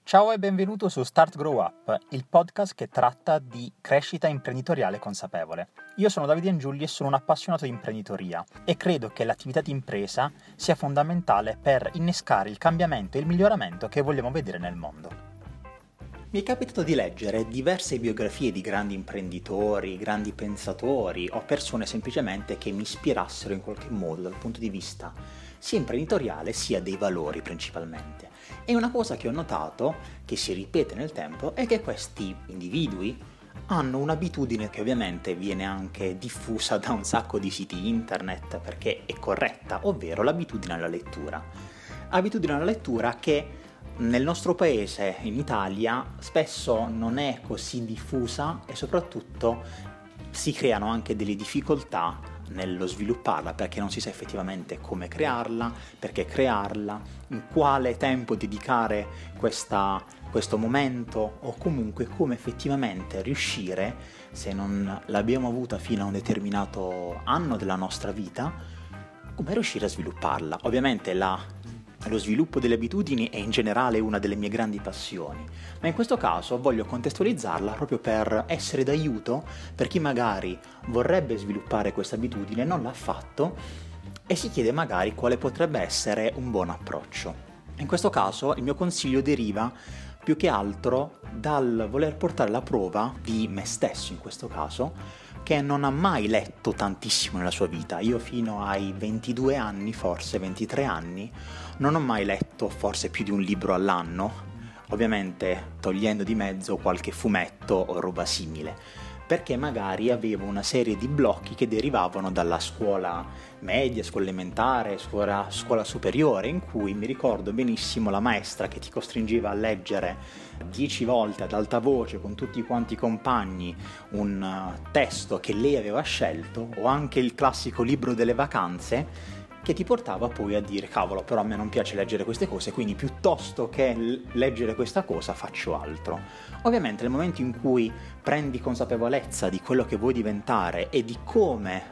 Ciao e benvenuto su Start Grow Up, il podcast che tratta di crescita imprenditoriale consapevole. Io sono Davide Angiulli e sono un appassionato di imprenditoria e credo che l'attività di impresa sia fondamentale per innescare il cambiamento e il miglioramento che vogliamo vedere nel mondo. Mi è capitato di leggere diverse biografie di grandi imprenditori, grandi pensatori o persone semplicemente che mi ispirassero in qualche modo dal punto di vista sia imprenditoriale sia dei valori principalmente. E una cosa che ho notato, che si ripete nel tempo, è che questi individui hanno un'abitudine che ovviamente viene anche diffusa da un sacco di siti internet perché è corretta, ovvero l'abitudine alla lettura. Abitudine alla lettura che nel nostro paese, in Italia, spesso non è così diffusa e soprattutto si creano anche delle difficoltà nello svilupparla perché non si sa effettivamente come crearla, perché crearla, in quale tempo dedicare questo momento o comunque come effettivamente riuscire, se non l'abbiamo avuta fino a un determinato anno della nostra vita, come riuscire a svilupparla. Ovviamente lo sviluppo delle abitudini è in generale una delle mie grandi passioni, ma in questo caso voglio contestualizzarla proprio per essere d'aiuto per chi magari vorrebbe sviluppare questa abitudine, non l'ha fatto e si chiede magari quale potrebbe essere un buon approccio. In questo caso il mio consiglio deriva più che altro dal voler portare alla prova di me stesso in questo caso, che non ha mai letto tantissimo nella sua vita. Io fino ai 22 anni, forse 23 anni, non ho mai letto forse più di un libro all'anno, ovviamente togliendo di mezzo qualche fumetto o roba simile, perché magari avevo una serie di blocchi che derivavano dalla scuola media, scuola elementare, scuola superiore, in cui mi ricordo benissimo la maestra che ti costringeva a leggere 10 volte ad alta voce con tutti quanti i compagni un testo che lei aveva scelto, o anche il classico libro delle vacanze che ti portava poi a dire cavolo, però a me non piace leggere queste cose, quindi piuttosto che leggere questa cosa faccio altro. Ovviamente nel momento in cui prendi consapevolezza di quello che vuoi diventare e di come,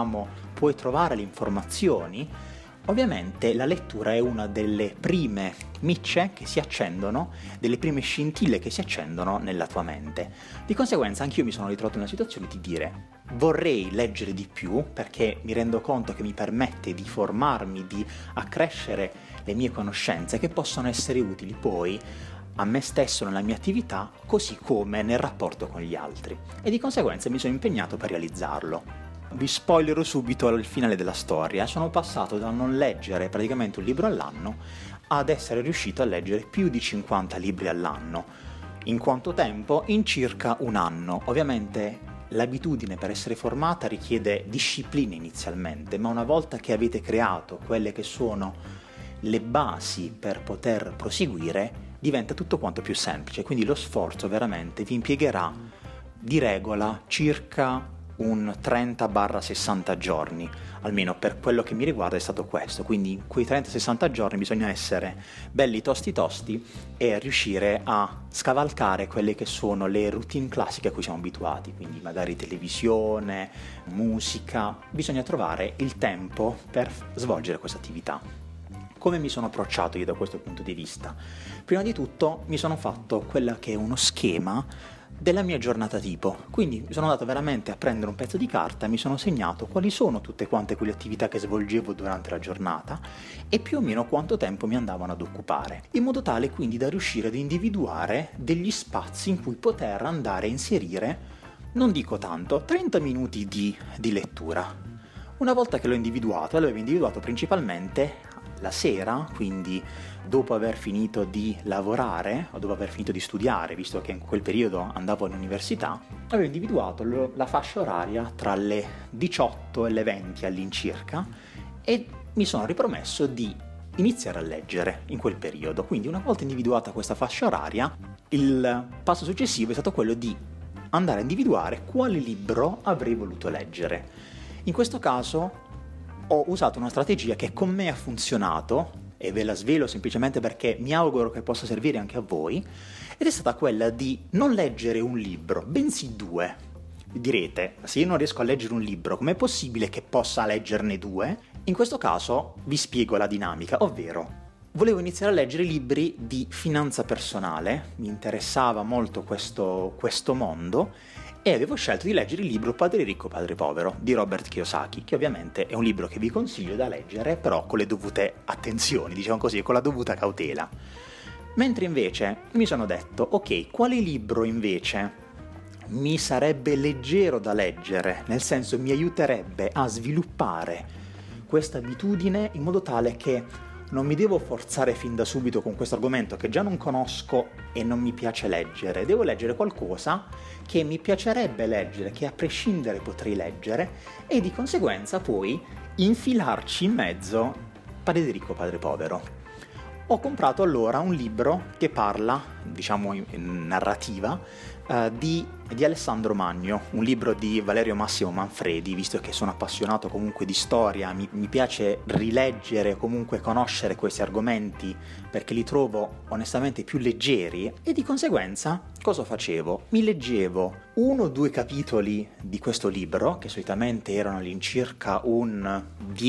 puoi trovare le informazioni, ovviamente la lettura è una delle prime micce che si accendono, delle prime scintille che si accendono nella tua mente. Di conseguenza anch'io mi sono ritrovato in una situazione di dire vorrei leggere di più perché mi rendo conto che mi permette di formarmi, di accrescere le mie conoscenze che possono essere utili poi a me stesso nella mia attività così come nel rapporto con gli altri e di conseguenza mi sono impegnato per realizzarlo. Vi spoilerò subito al finale della storia, sono passato dal non leggere praticamente un libro all'anno ad essere riuscito a leggere più di 50 libri all'anno. In quanto tempo? In circa un anno. Ovviamente l'abitudine per essere formata richiede disciplina inizialmente, ma una volta che avete creato quelle che sono le basi per poter proseguire, diventa tutto quanto più semplice, quindi lo sforzo veramente vi impiegherà di regola circa un 30-60 giorni, almeno per quello che mi riguarda è stato questo, quindi in quei 30-60 giorni bisogna essere belli tosti e riuscire a scavalcare quelle che sono le routine classiche a cui siamo abituati, quindi magari televisione, musica, bisogna trovare il tempo per svolgere questa attività. Come mi sono approcciato io da questo punto di vista? Prima di tutto mi sono fatto quella che è uno schema della mia giornata tipo, quindi sono andato veramente a prendere un pezzo di carta e mi sono segnato quali sono tutte quante quelle attività che svolgevo durante la giornata e più o meno quanto tempo mi andavano ad occupare, in modo tale quindi da riuscire ad individuare degli spazi in cui poter andare a inserire, non dico tanto, 30 minuti di lettura. Una volta che l'ho individuato, l'avevo individuato principalmente la sera, quindi dopo aver finito di lavorare o dopo aver finito di studiare, visto che in quel periodo andavo all'università, avevo individuato la fascia oraria tra le 18 e le 20 all'incirca e mi sono ripromesso di iniziare a leggere in quel periodo. Quindi una volta individuata questa fascia oraria, il passo successivo è stato quello di andare a individuare quale libro avrei voluto leggere. In questo caso ho usato una strategia che con me ha funzionato e ve la svelo semplicemente perché mi auguro che possa servire anche a voi, ed è stata quella di non leggere un libro, bensì due. Vi direte, se io non riesco a leggere un libro, com'è possibile che possa leggerne due? In questo caso vi spiego la dinamica, ovvero volevo iniziare a leggere libri di finanza personale, mi interessava molto questo mondo e avevo scelto di leggere il libro Padre ricco, padre povero di Robert Kiyosaki, che ovviamente è un libro che vi consiglio da leggere, però con le dovute attenzioni, diciamo così, con la dovuta cautela. Mentre invece mi sono detto, ok, quale libro invece mi sarebbe leggero da leggere, nel senso mi aiuterebbe a sviluppare questa abitudine in modo tale che non mi devo forzare fin da subito con questo argomento che già non conosco e non mi piace leggere. Devo leggere qualcosa che mi piacerebbe leggere, che a prescindere potrei leggere, e di conseguenza poi infilarci in mezzo Padre ricco, padre povero. Ho comprato allora un libro che parla, diciamo in narrativa, di Alessandro Magno, un libro di Valerio Massimo Manfredi, visto che sono appassionato comunque di storia, mi piace rileggere o comunque conoscere questi argomenti perché li trovo onestamente più leggeri, e di conseguenza cosa facevo? Mi leggevo 1 o 2 capitoli di questo libro, che solitamente erano all'incirca un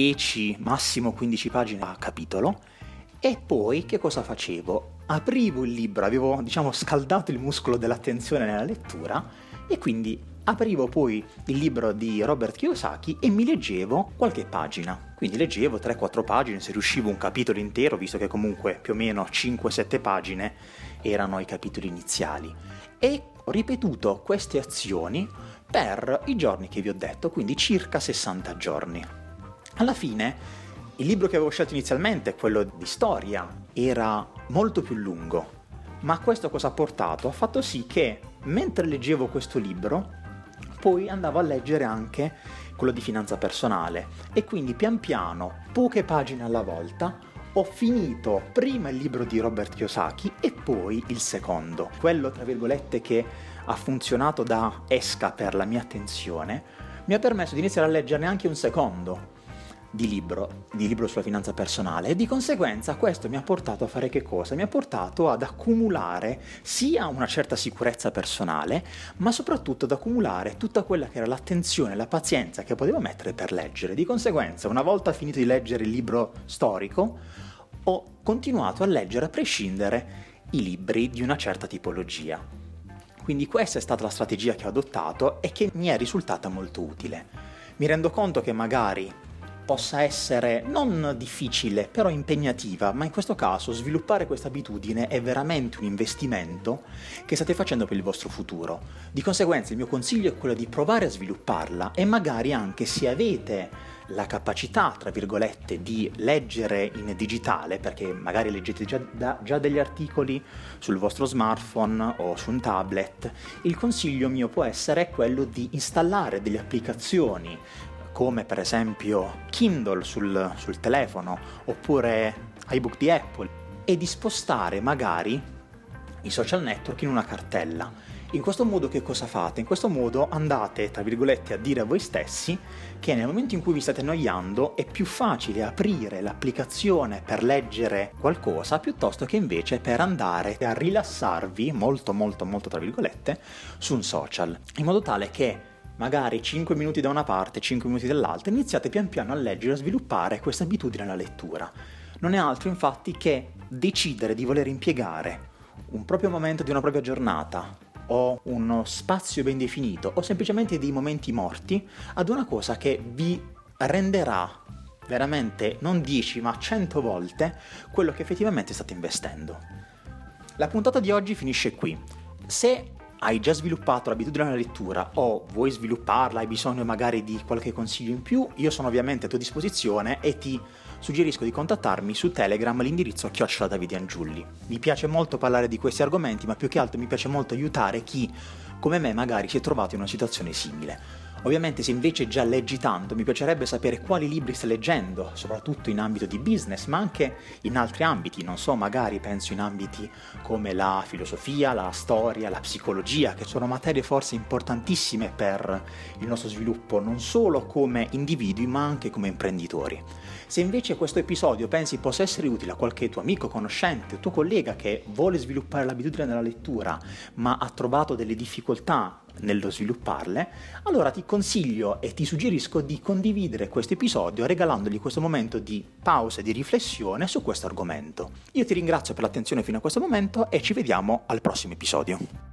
10, massimo 15 pagine a capitolo, e poi che cosa facevo? Aprivo il libro, avevo scaldato il muscolo dell'attenzione nella lettura, e quindi aprivo poi il libro di Robert Kiyosaki e mi leggevo qualche pagina. Quindi leggevo 3-4 pagine, se riuscivo un capitolo intero, visto che comunque più o meno 5-7 pagine erano i capitoli iniziali. E ho ripetuto queste azioni per i giorni che vi ho detto, quindi circa 60 giorni. Alla fine il libro che avevo scelto inizialmente, quello di storia, era molto più lungo, ma questo cosa ha portato? Ha fatto sì che mentre leggevo questo libro poi andavo a leggere anche quello di finanza personale, e quindi pian piano, poche pagine alla volta, ho finito prima il libro di Robert Kiyosaki e poi il secondo, quello tra virgolette che ha funzionato da esca per la mia attenzione. Mi ha permesso di iniziare a leggerne anche un secondo di libro sulla finanza personale, e di conseguenza questo mi ha portato a fare che cosa? Mi ha portato ad accumulare sia una certa sicurezza personale, ma soprattutto ad accumulare tutta quella che era l'attenzione, la pazienza che potevo mettere per leggere. Di conseguenza, una volta finito di leggere il libro storico, ho continuato a leggere a prescindere i libri di una certa tipologia. Quindi questa è stata la strategia che ho adottato e che mi è risultata molto utile. Mi rendo conto che magari possa essere non difficile, però impegnativa, ma in questo caso sviluppare questa abitudine è veramente un investimento che state facendo per il vostro futuro. Di conseguenza il mio consiglio è quello di provare a svilupparla, e magari anche se avete la capacità, tra virgolette, di leggere in digitale, perché magari leggete già degli articoli sul vostro smartphone o su un tablet, il consiglio mio può essere quello di installare delle applicazioni come per esempio Kindle sul telefono, oppure iBook di Apple, e di spostare magari i social network in una cartella. In questo modo che cosa fate? In questo modo andate, tra virgolette, a dire a voi stessi che nel momento in cui vi state annoiando è più facile aprire l'applicazione per leggere qualcosa piuttosto che invece per andare a rilassarvi molto tra virgolette su un social, in modo tale che magari 5 minuti da una parte, 5 minuti dall'altra, iniziate pian piano a leggere e a sviluppare questa abitudine alla lettura. Non è altro infatti che decidere di voler impiegare un proprio momento di una propria giornata, o uno spazio ben definito, o semplicemente dei momenti morti, ad una cosa che vi renderà veramente non 10 ma 100 volte quello che effettivamente state investendo. La puntata di oggi finisce qui. Se hai già sviluppato l'abitudine alla lettura o vuoi svilupparla, hai bisogno magari di qualche consiglio in più, io sono ovviamente a tua disposizione e ti suggerisco di contattarmi su Telegram, l'indirizzo @davidiangiulli. Mi piace molto parlare di questi argomenti, ma più che altro mi piace molto aiutare chi, come me, magari si è trovato in una situazione simile. Ovviamente se invece già leggi tanto, mi piacerebbe sapere quali libri stai leggendo, soprattutto in ambito di business, ma anche in altri ambiti, non so, magari penso in ambiti come la filosofia, la storia, la psicologia, che sono materie forse importantissime per il nostro sviluppo, non solo come individui, ma anche come imprenditori. Se invece questo episodio pensi possa essere utile a qualche tuo amico, conoscente o tuo collega che vuole sviluppare l'abitudine della lettura, ma ha trovato delle difficoltà nello svilupparle, allora ti consiglio e ti suggerisco di condividere questo episodio regalandogli questo momento di pausa e di riflessione su questo argomento. Io ti ringrazio per l'attenzione fino a questo momento e ci vediamo al prossimo episodio.